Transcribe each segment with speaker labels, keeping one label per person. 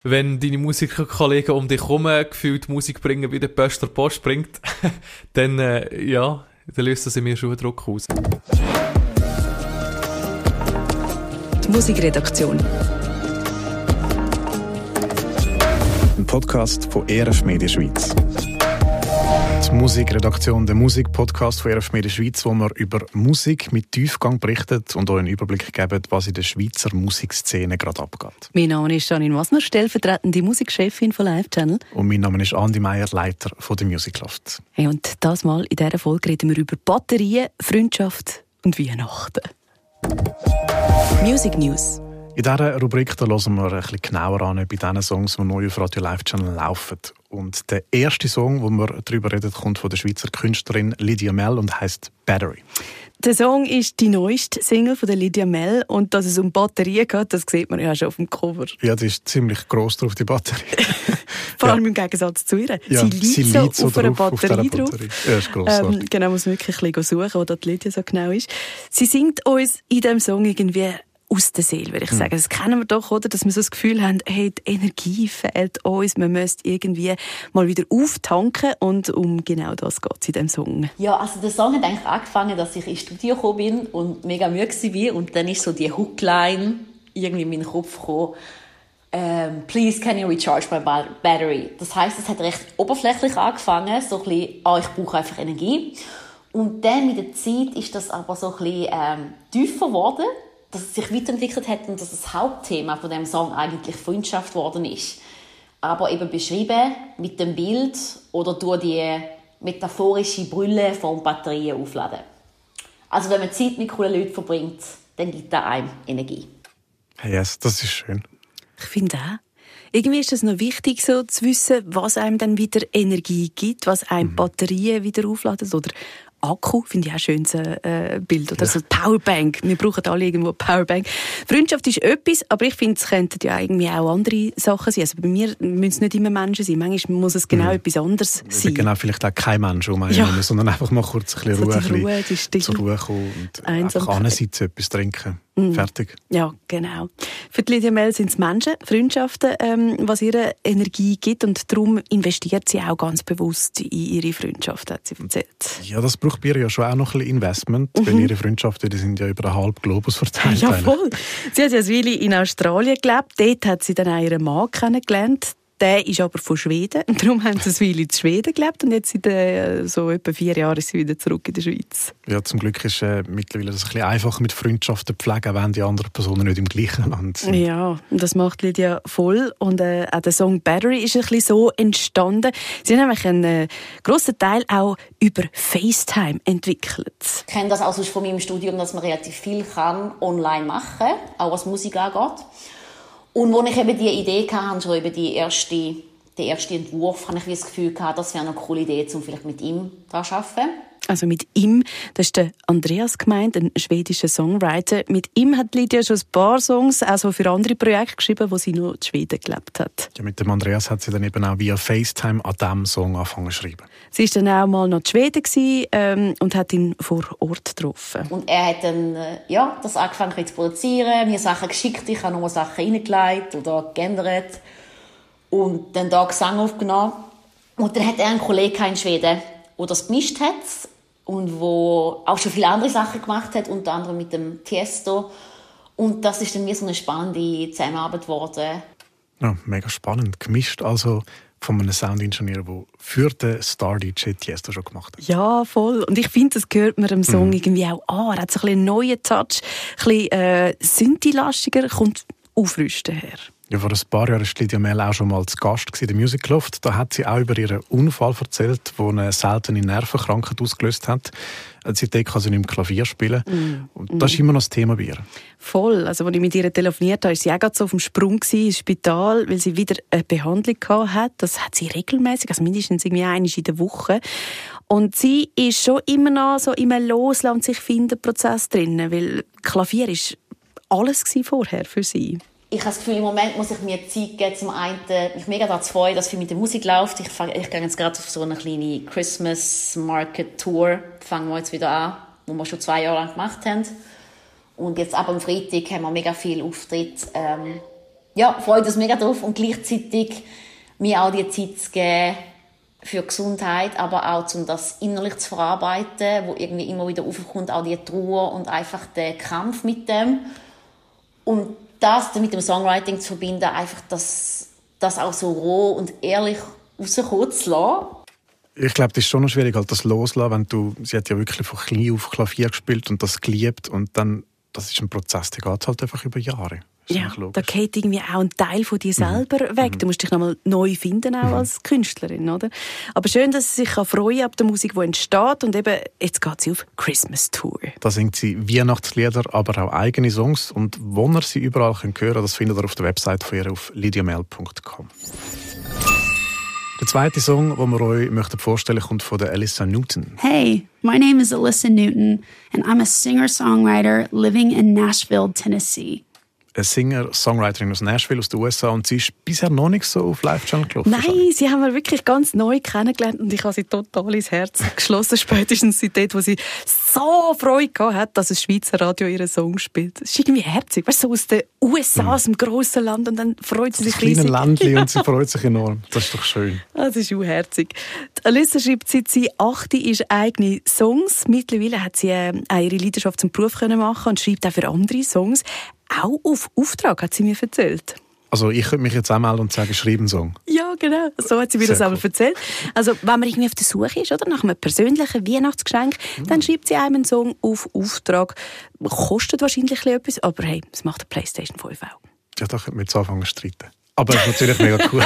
Speaker 1: Wenn deine Musikerkollegen um dich herum gefühlt Musik bringen, wie der Post der Post bringt, dann löst das in mir schon Druck aus.
Speaker 2: Die Musikredaktion.
Speaker 3: Ein Podcast von ERF Media Schweiz. Die Musikredaktion, der Musikpodcast von ERF Media Schweiz, wo wir über Musik mit Tiefgang berichtet und euch einen Überblick geben, was in der Schweizer Musikszene gerade abgeht.
Speaker 2: Mein Name ist Janine Wasner, stellvertretende Musikchefin von Live Channel.
Speaker 3: Und mein Name ist Andi Meier, Leiter von der Musicloft.
Speaker 2: Hey, und das Mal in dieser Folge reden wir über Batterien, Freundschaft und Weihnachten. Music News.
Speaker 3: In dieser Rubrik da hören wir ein bisschen genauer an bei den Songs, die neu auf Radio Live Channel laufen. Und der erste Song, wo wir darüber reden, kommt von der Schweizer Künstlerin Lydia Mel und heisst «Battery».
Speaker 2: Der Song ist die neueste Single von der Lydia Mel und dass es um Batterien geht, das sieht man ja schon auf dem Cover.
Speaker 3: Ja, die ist ziemlich gross drauf, die Batterie.
Speaker 2: Vor allem im Gegensatz zu ihr.
Speaker 3: Ja,
Speaker 2: sie liegt so auf einer Batterie drauf.
Speaker 3: Ja, ist grossartig.
Speaker 2: Genau, muss man wirklich ein bisschen suchen, wo da die Lydia so genau ist. Sie singt uns in diesem Song irgendwie aus der Seele, würde ich sagen. Das kennen wir doch, oder? Dass wir so das Gefühl haben, hey, die Energie fehlt uns, man müsste irgendwie mal wieder auftanken und um genau das geht es in diesem Song.
Speaker 4: Ja, also der Song hat eigentlich angefangen, dass ich ins Studio gekommen bin und mega müde war und dann ist so die Hookline irgendwie in meinen Kopf gekommen. Please can you recharge my battery? Das heisst, es hat recht oberflächlich angefangen, so ein bisschen, ich brauche einfach Energie. Und dann mit der Zeit ist das aber so ein bisschen tiefer geworden, dass es sich weiterentwickelt hat und dass das Hauptthema von dem Song eigentlich Freundschaft geworden ist. Aber eben beschrieben mit dem Bild oder durch die metaphorische Brille von Batterien aufladen. Also wenn man Zeit mit coolen Leuten verbringt, dann gibt das einem Energie.
Speaker 3: Yes, das ist schön.
Speaker 2: Ich finde auch. Irgendwie ist es noch wichtig, so zu wissen, was einem dann wieder Energie gibt, was einem Batterien wieder aufladen oder Akku, finde ich auch ein schönes Bild. Oder so Powerbank. Wir brauchen alle irgendwo eine Powerbank. Freundschaft ist etwas, aber ich finde, es könnten ja irgendwie auch andere Sachen sein. Also bei mir müssen es nicht immer Menschen sein. Manchmal muss es genau etwas anderes sein.
Speaker 3: Genau, vielleicht auch kein Mensch um einen herum, sondern einfach mal kurz ein bisschen Ruhe, zur Ruhe kommen und einfach ansitzen, etwas trinken. Fertig.
Speaker 2: Ja, genau. Für die Lydia Mel sind es Menschen, Freundschaften, was ihre Energie gibt und darum investiert sie auch ganz bewusst in ihre Freundschaft, hat sie erzählt.
Speaker 3: Ja, das braucht bei ihr ja schon auch noch ein bisschen Investment, weil ihre Freundschaften, die sind ja über einen halben Globus verteilt.
Speaker 2: Ja, voll. Sie hat ja eine Weile in Australien gelebt, dort hat sie dann auch ihren Mann kennengelernt. Der ist aber von Schweden. Und darum haben sie eine Weile in Schweden gelebt. Und jetzt seit so etwa 4 Jahren ist sie wieder zurück in der Schweiz.
Speaker 3: Ja, zum Glück ist mittlerweile das ein bisschen einfacher mit Freundschaften pflegen, wenn die anderen Personen nicht im gleichen Land sind.
Speaker 2: Ja, und das macht Lydia voll. Und auch der Song «Battery» ist ein bisschen so entstanden. Sie haben nämlich einen grossen Teil auch über FaceTime entwickelt.
Speaker 4: Ich kenne das auch von meinem Studium, dass man relativ viel online machen kann, auch was Musik angeht. Und als ich eben die Idee hatte, schon über den ersten Entwurf, hatte ich das Gefühl, das wäre eine coole Idee, um vielleicht mit ihm daran zu arbeiten.
Speaker 2: Also mit ihm, das ist der Andreas gemeint, ein schwedischer Songwriter. Mit ihm hat Lydia schon ein paar Songs also für andere Projekte geschrieben, wo sie nur in Schweden gelebt hat.
Speaker 3: Ja, mit dem Andreas hat sie dann eben auch via FaceTime an diesem Song angefangen zu schreiben.
Speaker 2: Sie war dann auch mal noch in Schweden und hat ihn vor Ort getroffen.
Speaker 4: Und er hat dann das angefangen zu produzieren, mir Sachen geschickt, ich habe noch Sachen reingelegt oder geändert und dann da Gesang aufgenommen. Und dann hat er einen Kollegen in Schweden, der das gemischt hat und wo auch schon viele andere Sachen gemacht hat, unter anderem mit dem Tiesto. Und das ist dann wie so eine spannende Zusammenarbeit geworden.
Speaker 3: Ja, mega spannend. Gemischt also von einem Soundingenieur, der für den Star-DJ Tiesto schon gemacht hat.
Speaker 2: Ja, voll. Und ich finde, das gehört mir am Song irgendwie auch an. Er hat so ein bisschen einen neuen Touch, ein bisschen Synthi-lastiger, kommt aufrüsten her.
Speaker 3: Ja, vor ein paar Jahren war Lydia Mel auch schon mal zu Gast in der Musicloft. Da hat sie auch über ihren Unfall erzählt, der eine seltene Nervenkrankheit ausgelöst hat. Seitdem kann sie nicht mehr Klavier spielen. Und das ist immer noch das Thema bei ihr.
Speaker 2: Voll. Also, als ich mit ihr telefoniert habe, war sie auch gerade so auf dem Sprung ins Spital, weil sie wieder eine Behandlung hatte. Das hat sie regelmäßig, also mindestens irgendwie einmal in der Woche. Und sie ist schon immer noch so im Loslassen und sich finden Prozess drin, weil Klavier war alles vorher für sie.
Speaker 4: Ich habe das Gefühl, im Moment muss ich mir Zeit geben, zum einen mich mega daran zu freuen, dass viel mit der Musik läuft. Ich gehe jetzt gerade auf so eine kleine Christmas Market Tour. Fangen wir jetzt wieder an, wo wir schon 2 Jahre lang gemacht haben. Und jetzt ab am Freitag haben wir mega viel Auftritt ja, freut uns mega drauf und gleichzeitig mir auch die Zeit zu geben für Gesundheit, aber auch um das innerlich zu verarbeiten, wo irgendwie immer wieder aufkommt, auch die Trauer und einfach der Kampf mit dem. Und das mit dem Songwriting zu verbinden, einfach das auch so roh und ehrlich rauskommen zu lassen.
Speaker 3: Ich glaube, das ist schon noch schwierig, halt das loszulassen, wenn sie hat ja wirklich von klein auf Klavier gespielt und das geliebt und dann, das ist ein Prozess, der geht halt einfach über Jahre.
Speaker 2: Ja, da geht irgendwie auch ein Teil von dir selber weg. Du musst dich nochmal neu finden, auch als Künstlerin, oder? Aber schön, dass sie sich freuen kann ab der Musik, die entsteht. Und eben, jetzt geht sie auf Christmas Tour. Da
Speaker 3: singt sie Weihnachtslieder, aber auch eigene Songs. Und wo ihr sie überall hören könnt, das findet ihr auf der Website von ihr auf lydiamel.com. Der zweite Song, den wir euch vorstellen möchten, kommt von der Alyssa Newton.
Speaker 5: Hey, my name is Alyssa Newton and I'm a singer-songwriter living in Nashville, Tennessee.
Speaker 3: Eine Singer-Songwriterin aus Nashville, aus den USA, und sie ist bisher noch nicht so auf Live-Channel gelaufen.
Speaker 2: Nein, sie haben wir wirklich ganz neu kennengelernt und ich habe sie total ins Herz geschlossen, spätestens seitdem, wo sie so Freude gehabt hat, dass das Schweizer Radio ihren Song spielt. Das ist irgendwie herzig, weißt du, so aus den USA, aus dem grossen Land, und dann freut sie sich riesig.
Speaker 3: Ein kleines Ländchen und sie freut sich enorm. Das ist doch schön.
Speaker 2: Das ist auch herzig. Alyssa schreibt, seit sie 8 ist, eigene Songs. Mittlerweile hat sie ihre Leidenschaft zum Beruf machen und schreibt auch für andere Songs. Auch auf Auftrag, hat sie mir erzählt.
Speaker 3: Also ich könnte mich jetzt auch melden und sagen, schreib einen Song.
Speaker 2: Ja, genau. So hat sie mir das aber erzählt. Also wenn man irgendwie auf der Suche ist, oder, nach einem persönlichen Weihnachtsgeschenk, dann schreibt sie einem einen Song auf Auftrag. Kostet wahrscheinlich etwas, aber hey, das macht der PlayStation 5 auch.
Speaker 3: Ja, da könnte man jetzt anfangen zu streiten. Aber das ist natürlich mega cool.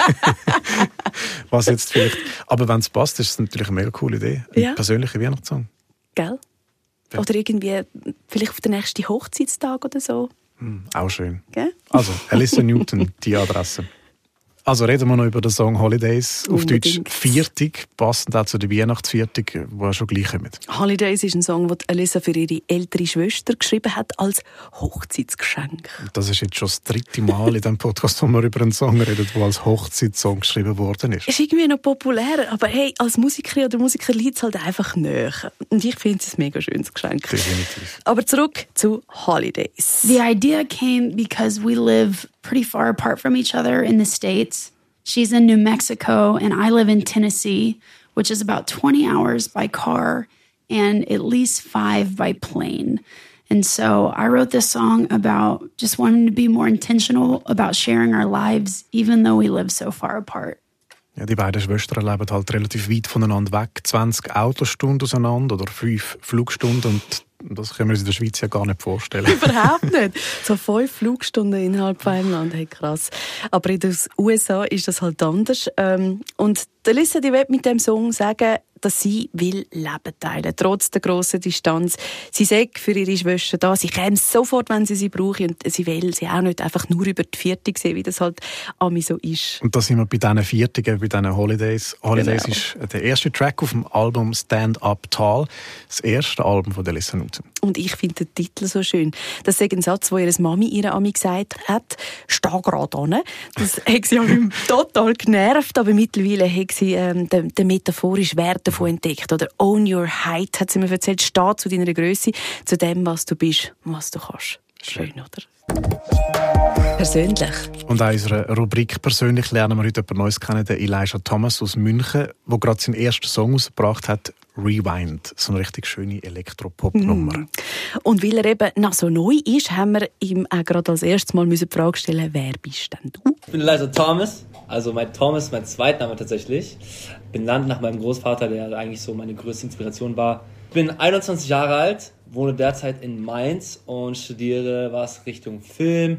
Speaker 3: Was jetzt vielleicht... Aber wenn es passt, ist es natürlich eine mega coole Idee. Ein persönlicher Weihnachtssong.
Speaker 2: Gell? Ja. Oder irgendwie vielleicht auf den nächsten Hochzeitstag oder so.
Speaker 3: Auch schön.
Speaker 2: Gell?
Speaker 3: Also, Alyssa Newton, die Adresse. Also reden wir noch über den Song Holidays, auf Deutsch Viertig, passend auch zu der Weihnachtsviertig, die schon gleich kommen.
Speaker 2: Holidays ist ein Song, den Alyssa für ihre ältere Schwester geschrieben hat, als Hochzeitsgeschenk.
Speaker 3: Das ist jetzt schon das 3. Mal in diesem Podcast, wo wir über einen Song reden, der als Hochzeitssong geschrieben worden ist.
Speaker 2: Ist irgendwie noch populär, aber hey, als Musikerin oder Musiker liegt es halt einfach näher. Und ich finde es ein mega schönes Geschenk.
Speaker 3: Definitiv.
Speaker 2: Aber zurück zu Holidays.
Speaker 5: The idea came because we live pretty far apart from each other in the States. She's in New Mexico and I live in Tennessee, which is about 20 hours by car and at least 5 by plane. And so I wrote this song about just wanting to be more intentional about sharing our lives, even though we live so far apart.
Speaker 3: Ja, die beiden Schwestern leben halt relativ weit voneinander weg, 20 Autostunden auseinander oder 5 Flugstunden, und das können wir uns in der Schweiz ja gar nicht vorstellen.
Speaker 2: Überhaupt nicht. So 5 Flugstunden innerhalb von einem Land, hey, krass. Aber in den USA ist das halt anders. Und Alyssa, die will mit dem Song sagen, dass sie will Leben teilen, trotz der grossen Distanz. Sie sagt für ihre Schwester da, sie käme sofort, wenn sie brauche, und sie will sie auch nicht einfach nur über die Viertig sehen, wie das halt ami so ist.
Speaker 3: Und da sind wir bei diesen Viertigen, bei diesen Holidays. Holidays genau. Ist der erste Track auf dem Album Stand Up Tall, das erste Album von Alyssa Newton.
Speaker 2: Und ich finde den Titel so schön. Das ist ein Satz, den ihre Mami ihr ami gesagt hat, «Steh gerade an». Das hat sie total genervt, aber mittlerweile hat sie den metaphorischen Wert davon entdeckt. Oder «Own your height», hat sie mir erzählt, «Steh zu deiner Grösse, zu dem, was du bist, was du kannst». Schön, oder? Persönlich.
Speaker 3: Und auch in unserer Rubrik «Persönlich» lernen wir heute jemanden Neues kennen, den Elijah Thomas aus München, der gerade seinen ersten Song rausgebracht hat, «Rewind». So eine richtig schöne Elektropop-Nummer.
Speaker 2: Und weil er eben noch so neu ist, haben wir ihm auch gerade als erstes Mal die Frage stellen, wer bist denn du?
Speaker 6: Ich bin Elijah Thomas, also Thomas ist mein Zweitname tatsächlich. Benannt nach meinem Großvater, der eigentlich so meine größte Inspiration war. Ich bin 21 Jahre alt, wohne derzeit in Mainz und studiere was Richtung Film.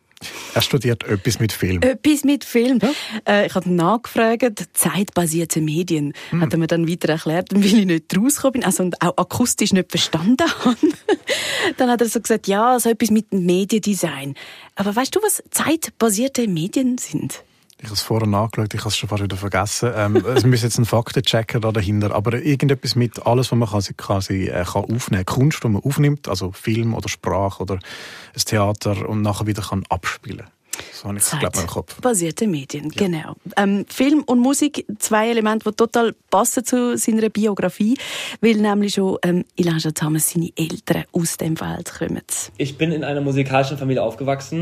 Speaker 3: Er studiert etwas mit Film.
Speaker 2: Etwas mit Film. Ja? Ich habe nachgefragt, zeitbasierte Medien. Hat er mir dann weiter erklärt, weil ich nicht rausgekommen bin, also und auch akustisch nicht verstanden habe. Dann hat er so gesagt, ja, so etwas mit Mediendesign. Aber weißt du, was zeitbasierte Medien sind?
Speaker 3: Ich habe es vorher nachgeschaut, ich habe es schon fast wieder vergessen. Es müsste jetzt ein Faktenchecker da dahinter, aber irgendetwas mit alles, was man quasi kann aufnehmen kann. Kunst, die man aufnimmt, also Film oder Sprache oder ein Theater, und nachher wieder kann abspielen. So habe ich es, glaube ich, im Kopf.
Speaker 2: Basierte Medien, ja. Genau. Film und Musik, 2 Elemente, die total passen zu seiner Biografie, weil nämlich schon Elijah Thomas seine Eltern aus dem Feld kommen.
Speaker 6: Ich bin in einer musikalischen Familie aufgewachsen.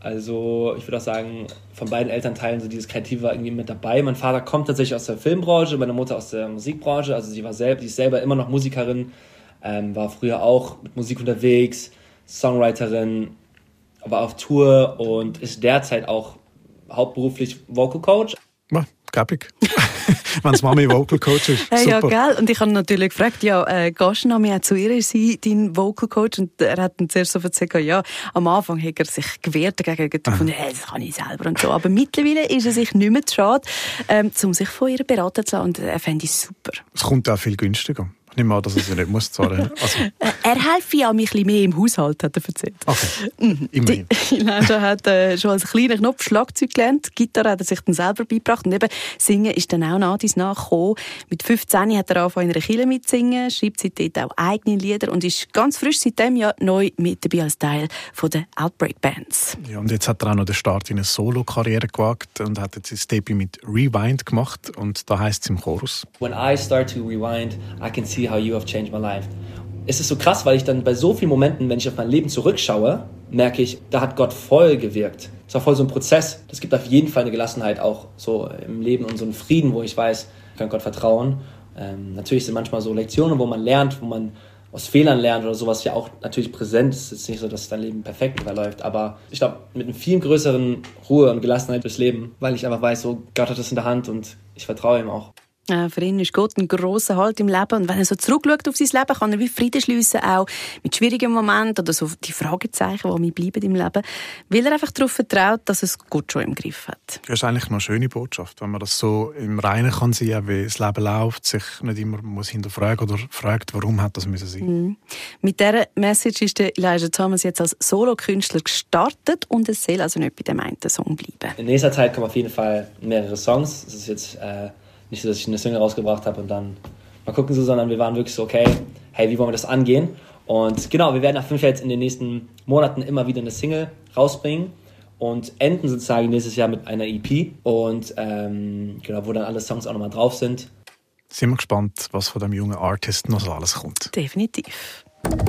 Speaker 6: Also ich würde auch sagen, von beiden Elternteilen so dieses Kreative war irgendwie mit dabei. Mein Vater kommt tatsächlich aus der Filmbranche, meine Mutter aus der Musikbranche. Also sie ist selber immer noch Musikerin, war früher auch mit Musik unterwegs, Songwriterin, war auf Tour und ist derzeit auch hauptberuflich Vocal Coach.
Speaker 3: Ja, gäbig. Wenn es Mami Vocal Coach ist. Super.
Speaker 2: Ja, gell? Und ich habe natürlich gefragt, gehst du noch mehr zu ihr sein, dein Vocal Coach? Und er hat dann zuerst so erzählt, ja, am Anfang hat er sich gewehrt dagegen, gefunden, das kann ich selber und so. Aber mittlerweile ist er sich nicht mehr zu schade, um sich von ihr beraten zu lassen. Und er fände es super.
Speaker 3: Es kommt auch viel günstiger. Ich nehme an, dass er sie nicht muss zahlen. Also.
Speaker 2: Er helfe ja mich ein bisschen mehr im Haushalt, hat er erzählt.
Speaker 3: Okay, immerhin.
Speaker 2: Er hat schon als kleiner Knopf Schlagzeug gelernt, Gitarre hat er sich dann selber beigebracht und eben Singen ist dann auch nach dies nachgekommen. Mit 15 hat er angefangen in einer Kirche mitzusingen, schreibt seitdem auch eigene Lieder und ist ganz frisch seitdem ja neu mit dabei als Teil von der Outbreak Bands.
Speaker 3: Ja, und jetzt hat er auch noch den Start in eine Solo-Karriere gewagt und hat jetzt das Debüt mit Rewind gemacht und da heisst es im Chorus:
Speaker 6: When I start to rewind, I can see how you have changed my life. Es ist so krass, weil ich dann bei so vielen Momenten, wenn ich auf mein Leben zurückschaue, merke ich, da hat Gott voll gewirkt. Es war voll so ein Prozess. Das gibt auf jeden Fall eine Gelassenheit auch so im Leben und so einen Frieden, wo ich weiß, ich kann Gott vertrauen. Natürlich sind manchmal so Lektionen, wo man lernt, wo man aus Fehlern lernt oder sowas ja auch natürlich präsent. Es ist nicht so, dass dein Leben perfekt verläuft, aber ich glaube, mit einer viel größeren Ruhe und Gelassenheit durchs Leben, weil ich einfach weiß, so Gott hat das in der Hand und ich vertraue ihm auch.
Speaker 2: Für ihn ist Gott ein grosser Halt im Leben. Und wenn er so zurückschaut auf sein Leben, kann er wie Frieden schliessen, auch mit schwierigen Momenten oder so die Fragezeichen, die mir bleiben im Leben, weil er einfach darauf vertraut, dass es Gott schon im Griff hat.
Speaker 3: Das ist eigentlich noch eine schöne Botschaft, wenn man das so im Reinen kann sehen, wie das Leben läuft, sich nicht immer muss hinterfragen oder fragt, warum hat das müssen sein.
Speaker 2: Mhm. Mit dieser Message ist der Elijah Thomas jetzt als Solokünstler gestartet und es soll also nicht bei dem einen Song bleiben.
Speaker 6: In nächster Zeit kommen auf jeden Fall mehrere Songs. Es ist jetzt nicht so, dass ich eine Single rausgebracht habe und dann mal gucken, sondern wir waren wirklich so, okay, hey, wie wollen wir das angehen? Und genau, wir werden auf jeden Fall jetzt in den nächsten Monaten immer wieder eine Single rausbringen und enden sozusagen nächstes Jahr mit einer EP und genau, wo dann alle Songs auch nochmal drauf sind.
Speaker 3: Sind wir gespannt, was von dem jungen Artist noch so alles kommt.
Speaker 2: Definitiv.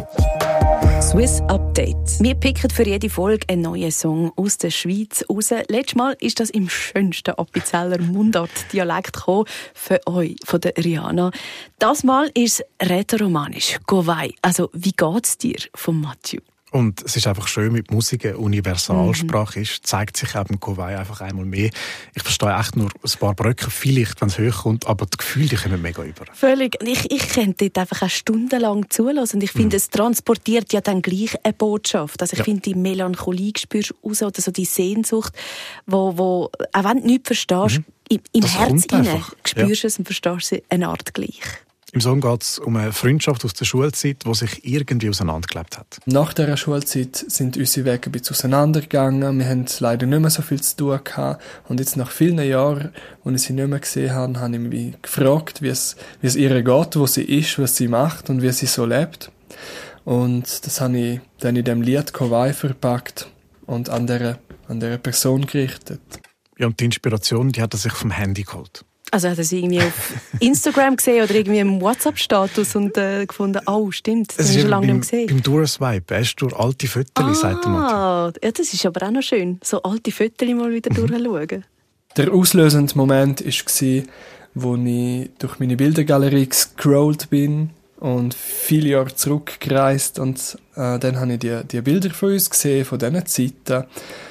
Speaker 2: Swiss Update. Wir picken für jede Folge einen neuen Song aus der Schweiz raus. Letztes Mal ist das im schönsten Appenzeller Mundart-Dialekt gekommen für euch, von der Rihanna. Das Mal ist es rätoromanisch. Govai. Also, wie geht's dir, von Mathieu?
Speaker 3: Und es ist einfach schön, mit Musik eine Universalsprache ist, zeigt sich eben Kowai einfach einmal mehr. Ich verstehe echt nur ein paar Bröcke, vielleicht, wenn es hochkommt, aber die Gefühle, die kommen mega über.
Speaker 2: Völlig. Ich könnte dort einfach auch stundenlang zuhören und ich finde, es transportiert ja dann gleich eine Botschaft. Also ich finde, die Melancholie spürst du raus oder so die Sehnsucht, wo auch wenn du nichts verstehst, im Herz hinein spürst du es und verstehst es eine Art gleich.
Speaker 3: Im Song geht es um eine Freundschaft aus der Schulzeit, die sich irgendwie auseinandergelebt hat.
Speaker 7: Nach dieser Schulzeit sind unsere Wege ein bisschen auseinandergegangen. Wir haben leider nicht mehr so viel zu tun gehabt. Und jetzt nach vielen Jahren, als ich sie nicht mehr gesehen habe, habe ich mich gefragt, wie es ihr geht, wo sie ist, was sie macht und wie sie so lebt. Und das habe ich dann in dem Lied Kowai verpackt und an dieser Person gerichtet.
Speaker 3: Ja, und die Inspiration, die hat er sich vom Handy geholt.
Speaker 2: Also hat er sie irgendwie auf Instagram gesehen oder irgendwie im WhatsApp-Status und gefunden, oh, stimmt, das habe ich schon lange nicht gesehen.
Speaker 3: Beim Durchswipe, hast du durch alte Fotos, sagt der Mathieu.
Speaker 2: Ja, das ist aber auch noch schön, so alte Fotos mal wieder durchschauen.
Speaker 7: Der auslösende Moment war, als ich durch meine Bildergalerie gescrollt bin und viele Jahre zurückgereist und dann habe ich die Bilder von uns gesehen, von diesen Zeiten.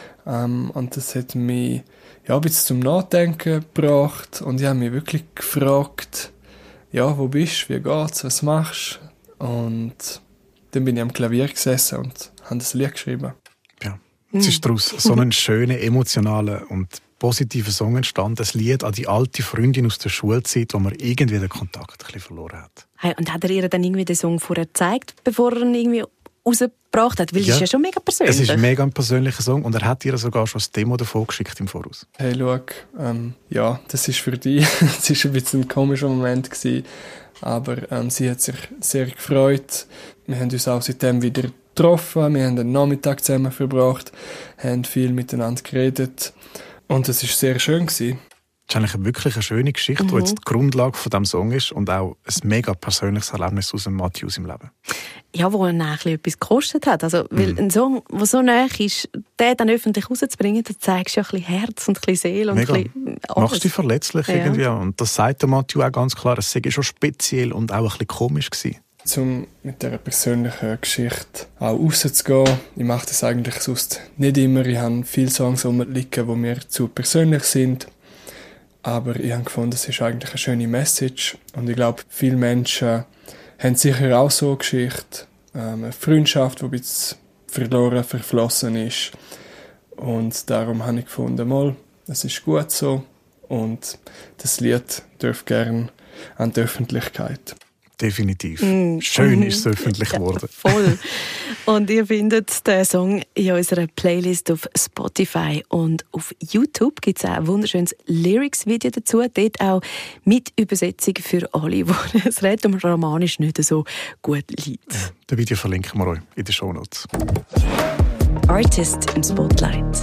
Speaker 7: Und das hat mich ein bisschen zum Nachdenken gebracht und ich habe mich wirklich gefragt, ja, wo bist du, wie geht's, was machst du? Und dann bin ich am Klavier gesessen und habe das Lied geschrieben.
Speaker 3: Ja, es ist daraus so ein schöner, emotionaler und positiver Song entstanden, ein Lied an die alte Freundin aus der Schulzeit, wo man irgendwie den Kontakt ein bisschen verloren hat.
Speaker 2: Hey, und hat er ihr dann irgendwie den Song vorher gezeigt, bevor er ihn irgendwie rausgebracht hat? Weil es ist ja schon mega persönlich.
Speaker 3: Es ist ein mega persönlicher Song und er hat ihr sogar schon das Demo davon geschickt im Voraus.
Speaker 7: Hey, schau, ja, das ist für dich, es war ein bisschen ein komischer Moment gewesen, aber sie hat sich sehr gefreut. Wir haben uns auch seitdem wieder getroffen, wir haben einen Nachmittag zusammen verbracht, haben viel miteinander geredet und es war sehr schön gewesen.
Speaker 3: ist eigentlich wirklich eine schöne Geschichte, die jetzt die Grundlage von diesem Song ist und auch ein mega persönliches Erlebnis aus dem Matthews im Leben.
Speaker 2: Ja, wo er auch etwas gekostet hat. Also, weil ein Song, der so nah ist, den dann öffentlich rauszubringen, da zeigst du ja ein bisschen Herz und ein bisschen Seele und
Speaker 3: mega.
Speaker 2: ein bisschen alles.
Speaker 3: Machst dich verletzlich irgendwie. Und das sagt der Matthew auch ganz klar. Es sei schon speziell und auch ein bisschen komisch gewesen.
Speaker 7: Um mit dieser persönlichen Geschichte auch rauszugehen. Ich mache das eigentlich sonst nicht immer. Ich habe viele Songs rumliegen, die mir zu persönlich sind. Aber ich habe gefunden, das ist eigentlich eine schöne Message. Und ich glaube, viele Menschen haben sicher auch so eine Geschichte. Eine Freundschaft, die ein bisschen verloren, verflossen ist. Und darum habe ich gefunden, mal, es ist gut so. Und das Lied darf gerne an die Öffentlichkeit.
Speaker 3: Definitiv. Schön ist es öffentlich geworden.
Speaker 2: Ja, voll. Und ihr findet den Song in unserer Playlist auf Spotify und auf YouTube gibt es auch ein wunderschönes Lyrics-Video dazu. Dort auch mit Übersetzung für alle, wo das Rätum Romanisch nicht so gut liegt.
Speaker 3: Das Video verlinken wir euch in den Shownotes.
Speaker 2: Artist im Spotlight.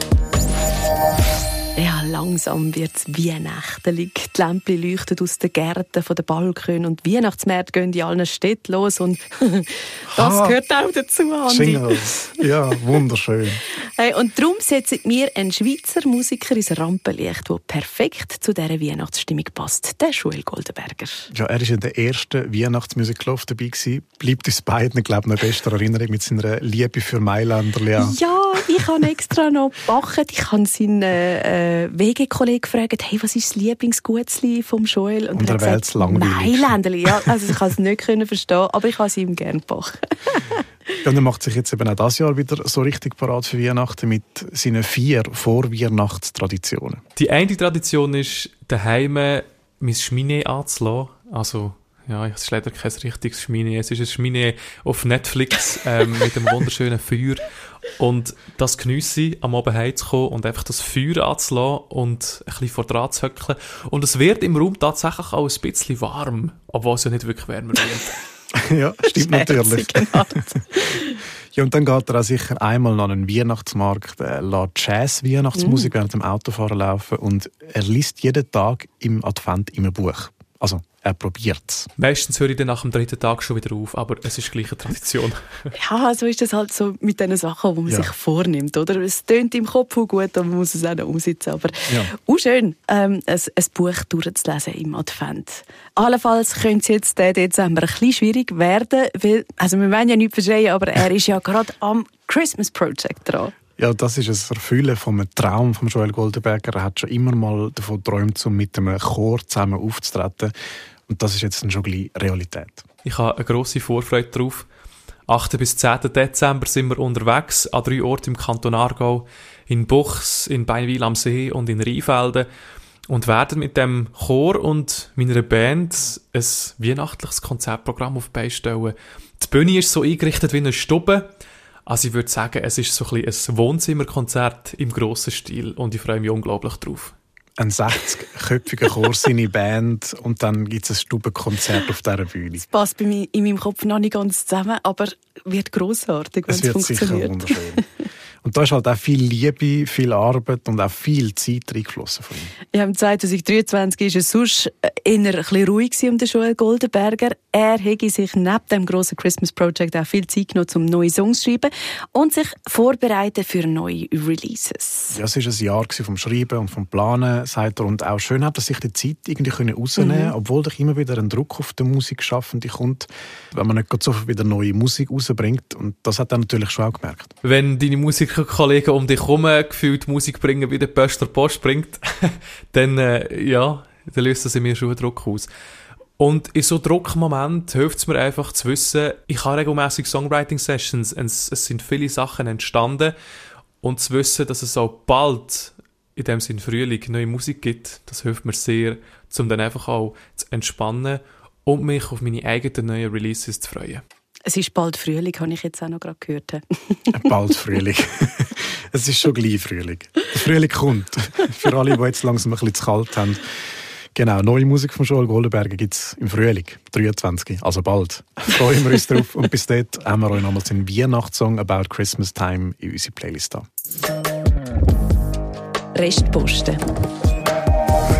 Speaker 2: Ja, langsam wird es weihnachtlich. Die Lämpchen leuchten aus den Gärten von den Balkonen und die Weihnachtsmärkte gehen in allen Städten los. Und das gehört auch dazu, Andi.
Speaker 3: Jingles. Ja, wunderschön.
Speaker 2: Hey, und darum setzt mir ein Schweizer Musiker ins Rampenlicht, der perfekt zu dieser Weihnachtsstimmung passt. Der Joel Goldenberger.
Speaker 3: Ja, er war in der ersten Weihnachtsmusiklauf dabei gewesen. Bleibt uns beiden, glaube ich, noch in bester Erinnerung mit seiner Liebe für Mailänder.
Speaker 2: Ja, ich habe extra noch gebacken. Ich habe seinen WG-Kollegen gefragt, hey, was ist das Lieblingsgutzli vom Joel?
Speaker 3: Und er wählt es langweilig.
Speaker 2: Mailänderli, ja. Also ich kann es nicht verstehen, aber ich habe es ihm gerne gebacken.
Speaker 3: Ja, und er macht sich jetzt eben auch dieses Jahr wieder so richtig parat für Weihnachten mit seinen 4 Vorweihnachtstraditionen.
Speaker 1: Die eine Tradition ist, daheim mein Schmine anzulassen. Also, ja, es ist leider kein richtiges Schmine. Es ist ein Schmine auf Netflix mit einem wunderschönen Feuer. Und das geniesse ich, am Abend heimzukommen und einfach das Feuer anzulassen und ein bisschen vor dran zu hückeln. Und es wird im Raum tatsächlich auch ein bisschen warm, obwohl es ja nicht wirklich wärmer wird.
Speaker 3: Ja, stimmt natürlich. Ja, und dann geht er auch sicher einmal noch an einen Weihnachtsmarkt, lässt Jazz-Weihnachtsmusik während dem Autofahren laufen und er liest jeden Tag im Advent im Buch. Also, er probiert es.
Speaker 1: Meistens höre ich dann nach dem 3. Tag schon wieder auf, aber es ist gleich eine Tradition.
Speaker 2: Ja, so ist das halt so mit den Sachen, die man sich vornimmt, oder? Es tönt im Kopf auch gut, aber man muss es auch noch umsetzen. Aber auch schön, ein Buch durchzulesen im Advent. Allenfalls könnte es jetzt den Dezember ein bisschen schwierig werden, weil, also wir wollen ja nichts verschreien, aber er ist ja gerade am Christmas Project dran.
Speaker 3: Ja, das ist ein Erfüllen von einem Traum von Joel Goldenberger. Er hat schon immer mal davon geträumt, um mit einem Chor zusammen aufzutreten. Und das ist jetzt dann schon gleich Realität.
Speaker 1: Ich habe eine grosse Vorfreude darauf. 8. bis 10. Dezember sind wir unterwegs an 3 Orten im Kanton Aargau, in Buchs, in Beinwil am See und in Rheinfelden und werden mit dem Chor und meiner Band ein weihnachtliches Konzertprogramm auf die Beine stellen. Die Bühne ist so eingerichtet wie eine Stube. Also ich würde sagen, es ist so ein bisschen ein Wohnzimmerkonzert im grossen Stil und ich freue mich unglaublich drauf.
Speaker 3: Ein 60-köpfiger Chor, seine Band und dann gibt es ein Stubenkonzert auf dieser Bühne.
Speaker 2: Das passt bei mir in meinem Kopf noch nicht ganz zusammen, aber wird grossartig, wenn es funktioniert.
Speaker 3: Es wird sicher wunderschön. Und da ist halt auch viel Liebe, viel Arbeit und auch viel Zeit reingeflossen von ihm.
Speaker 2: Ja, im 2023 war es sonst eher ein bisschen ruhig um den Joel Goldenberger. Er hätte sich neben dem grossen Christmas Project auch viel Zeit genommen, um neue Songs zu schreiben und sich vorbereiten für neue Releases.
Speaker 3: Ja, es war ein Jahr vom Schreiben und vom Planen, sagt er. Und auch schön hat er sich die Zeit irgendwie rausnehmen können, obwohl doch immer wieder ein Druck auf den Musikschaffenden kommt, wenn man nicht so wieder neue Musik rausbringt. Und das hat er natürlich schon auch gemerkt.
Speaker 1: Wenn deine Musikerkollegen um dich herum gefühlt Musik bringen, wie der Post bringt, dann löst das in mir schon einen Druck aus. Und in so Druckmoment hilft es mir einfach zu wissen, ich habe regelmäßig Songwriting-Sessions, es sind viele Sachen entstanden und zu wissen, dass es auch bald, in dem Sinne Frühling, neue Musik gibt, das hilft mir sehr, um dann einfach auch zu entspannen und mich auf meine eigenen neuen Releases zu freuen.
Speaker 2: Es ist bald Frühling, habe ich jetzt auch noch gerade gehört.
Speaker 3: Bald Frühling. Es ist schon gleich Frühling. Der Frühling kommt. Für alle, die jetzt langsam ein bisschen zu kalt haben. Genau, neue Musik von Joel Goldenberger gibt es im Frühling, 23, also bald. Freuen wir uns drauf. Und bis dort haben wir euch nochmals den Weihnachtssong «About Christmas Time» in unsere Playlist da.
Speaker 2: Restposten.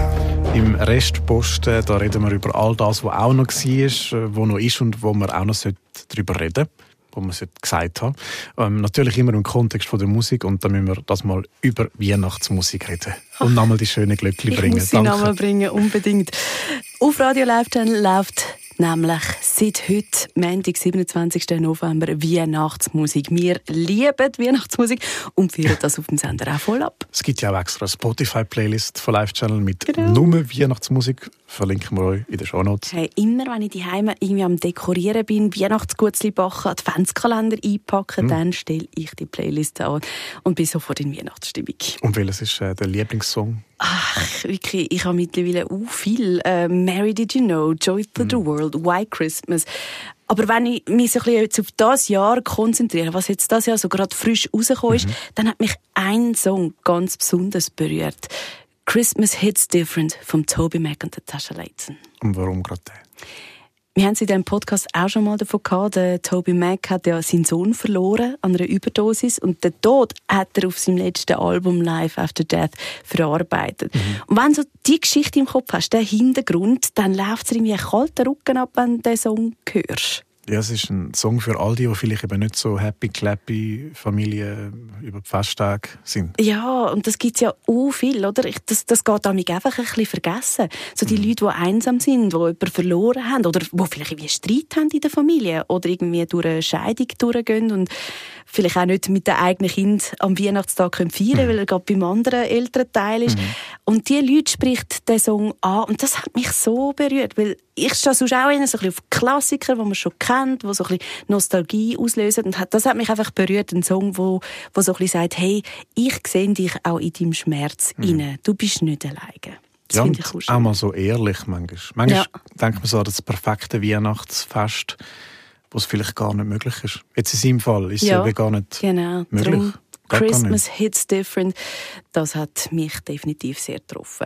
Speaker 3: Im Restposten da reden wir über all das, was auch noch war, was noch ist und wo wir auch noch darüber reden sollten, wo wir es gesagt haben. Natürlich immer im Kontext von der Musik und dann müssen wir das mal über Weihnachtsmusik reden. Und nochmal die schönen Glöckchen bringen.
Speaker 2: Ich muss sie nochmal bringen, unbedingt. Auf Radio Live Channel läuft nämlich seit heute, Montag, 27. November, Weihnachtsmusik. Wir lieben Weihnachtsmusik und führen das auf dem Sender auch voll ab.
Speaker 3: Es gibt ja auch extra eine Spotify-Playlist von Live Channel mit nur Weihnachtsmusik. Verlinken wir euch in den Shownotes.
Speaker 2: Hey, immer wenn ich daheim irgendwie am Dekorieren bin, Weihnachtsgutzli backen, Adventskalender einpacken, dann stelle ich die Playlist an und bin sofort in Weihnachtsstimmung.
Speaker 3: Und welches ist der Lieblingssong?
Speaker 2: Ach, wirklich, ich habe mittlerweile viel. Mary Did You Know, Joy to the World, White Christmas. Aber wenn ich mich so ein bisschen jetzt auf das Jahr konzentriere, was jetzt das Jahr so gerade frisch rausgekommen ist, dann hat mich ein Song ganz besonders berührt. Christmas Hits Different von Toby Mac und Natasha Leighton.
Speaker 3: Und warum gerade der?
Speaker 2: Wir haben es in diesem Podcast auch schon mal davon gehabt. Der Toby Mac hat ja seinen Sohn verloren an einer Überdosis und den Tod hat er auf seinem letzten Album Life After Death verarbeitet. Und wenn du so die Geschichte im Kopf hast, den Hintergrund, dann läuft es irgendwie ein kalter Rücken ab, wenn du den Song hörst.
Speaker 3: Ja, es ist ein Song für all die vielleicht eben nicht so happy-clappy Familie über die Festtage sind.
Speaker 2: Ja, und das gibt es ja auch viel, oder? Das geht damit einfach ein bisschen vergessen. So die Leute, die einsam sind, die jemanden verloren haben oder die vielleicht irgendwie Streit haben in der Familie oder irgendwie durch eine Scheidung durchgehen und vielleicht auch nicht mit dem eigenen Kind am Weihnachtstag feiern können, weil er gerade beim anderen Elternteil ist. Und diese Leute spricht der Song an und das hat mich so berührt, weil ich stehe sonst auch so ein bisschen auf Klassiker, die man schon kennt, die so ein bisschen Nostalgie auslösen. Und das hat mich einfach berührt, ein Song, wo so ein bisschen sagt, hey, ich sehe dich auch in deinem Schmerz rein. Du bist nicht alleine. Das
Speaker 3: ja,
Speaker 2: finde ich auch schön.
Speaker 3: auch mal so ehrlich manchmal. Manchmal denkt man so an das perfekte Weihnachtsfest, wo es vielleicht gar nicht möglich ist. Jetzt in seinem Fall ist es ja gar nicht möglich.
Speaker 2: Darum Christmas Hits Different, das hat mich definitiv sehr getroffen.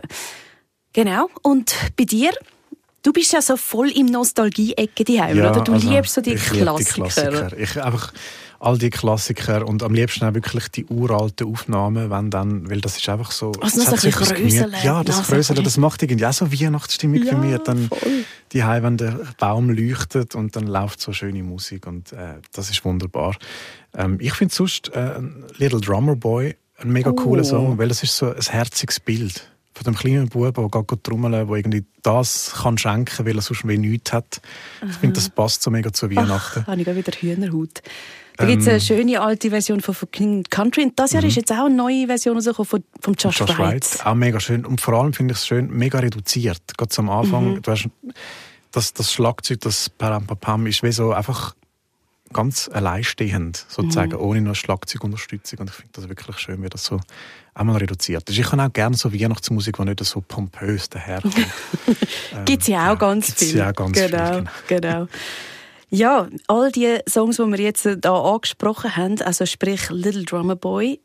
Speaker 2: Genau, und bei dir? Du bist ja so voll im Nostalgie-Ecke daheim, oder? Du liebst so die Klassiker.
Speaker 3: Ich einfach all die Klassiker und am liebsten auch wirklich die uralten Aufnahmen, wenn dann, weil das ist einfach so...
Speaker 2: Also noch so ein bisschen Gröseln.
Speaker 3: Ja, das Gröseln, das macht irgendwie auch so Weihnachtsstimmung für mich. Dann daheim, wenn der Baum leuchtet und dann läuft so schöne Musik und das ist wunderbar. Ich finde sonst Little Drummer Boy ein mega cooler Song, weil es ist so ein herziges Bild von dem kleinen Buben, der geht trommeln, der irgendwie das kann schenken, weil er sonst wie nichts hat. Ich finde, das passt so mega zu Weihnachten.
Speaker 2: Ach, habe ich wieder Hühnerhaut. Da gibt es eine schöne alte Version von King Country. Und das Jahr ist jetzt auch eine neue Version von Josh Wright.
Speaker 3: Auch mega schön. Und vor allem finde ich es schön, mega reduziert. Gerade am Anfang, du hast das Schlagzeug, das Param-Pam, ist wie so einfach ganz alleinstehend, sozusagen, ohne noch Schlagzeugunterstützung. Und ich finde das wirklich schön, wie das so einmal reduziert ist. Ich kann auch gerne so Weihnachtsmusik, die nicht so pompös daherkommt.
Speaker 2: Gibt es ja auch ganz viel.
Speaker 3: Ja, ganz viel.
Speaker 2: Genau. Ja, all die Songs, die wir jetzt hier angesprochen haben, also sprich Little Drummer Boy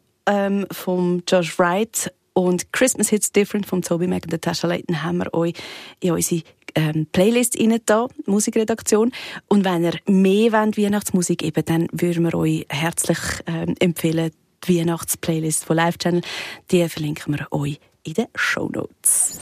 Speaker 2: von Josh Wright und Christmas Hits Different von Toby Mac und Natasha Leighton, haben wir euch in unsere Playlist rein da, Musikredaktion. Und wenn ihr mehr wollt, Weihnachtsmusik eben, dann würden wir euch herzlich empfehlen, die Weihnachtsplaylist von Live Channel. Die verlinken wir euch in den Shownotes.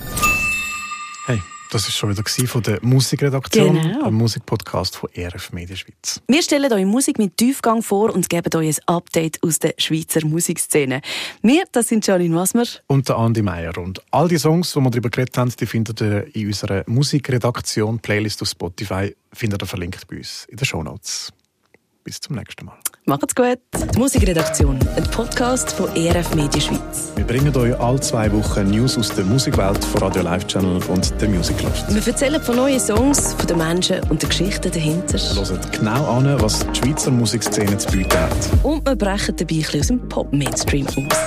Speaker 3: Hey, das war schon wieder von der Musikredaktion,
Speaker 2: genau.
Speaker 3: Ein Musikpodcast von ERF Media Schweiz.
Speaker 2: Wir stellen euch Musik mit Tiefgang vor und geben euch ein Update aus der Schweizer Musikszene. Wir, das sind Janine Wasmer
Speaker 3: und der Andi Meier. Und all die Songs, die wir darüber geredet haben, die findet ihr in unserer Musikredaktion, Playlist auf Spotify, findet ihr verlinkt bei uns in den Shownotes. Bis zum nächsten Mal.
Speaker 2: Macht's gut. Die Musikredaktion, ein Podcast von ERF Media Schweiz.
Speaker 3: Wir bringen euch alle 2 Wochen News aus der Musikwelt von Radio Live Channel und der Music Loft.
Speaker 2: Wir erzählen von neuen Songs, von den Menschen und den Geschichten dahinter.
Speaker 3: Hört genau an, was die Schweizer Musikszene zu bieten hat.
Speaker 2: Und wir brechen dabei ein bisschen aus dem Pop-Mainstream aus.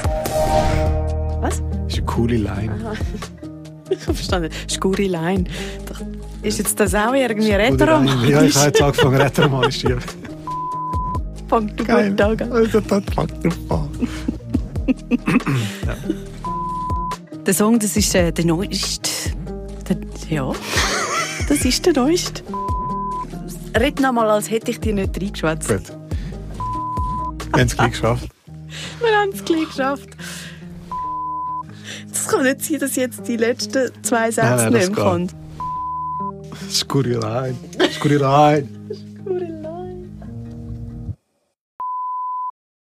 Speaker 2: Was?
Speaker 3: Das ist eine coole Line.
Speaker 2: Ich habe verstanden. Skuri Line. Ist jetzt das auch irgendwie Retro-Roman?
Speaker 3: Ja, ich habe jetzt angefangen, Retro-Roman zu schreiben.
Speaker 2: Fangt du gut an.
Speaker 3: Also, das fängt drauf an.
Speaker 2: Ja. Der Song, das ist der neueste. Ja, das ist der neueste. Red noch mal, als hätte ich dir nicht reingeschwätzt.
Speaker 3: Gut. Wir haben es gleich geschafft.
Speaker 2: Wir haben es gleich geschafft. Es kann nicht sein, dass jetzt die letzten 2 Sätze nicht mehr kommen.
Speaker 3: Skurrilein.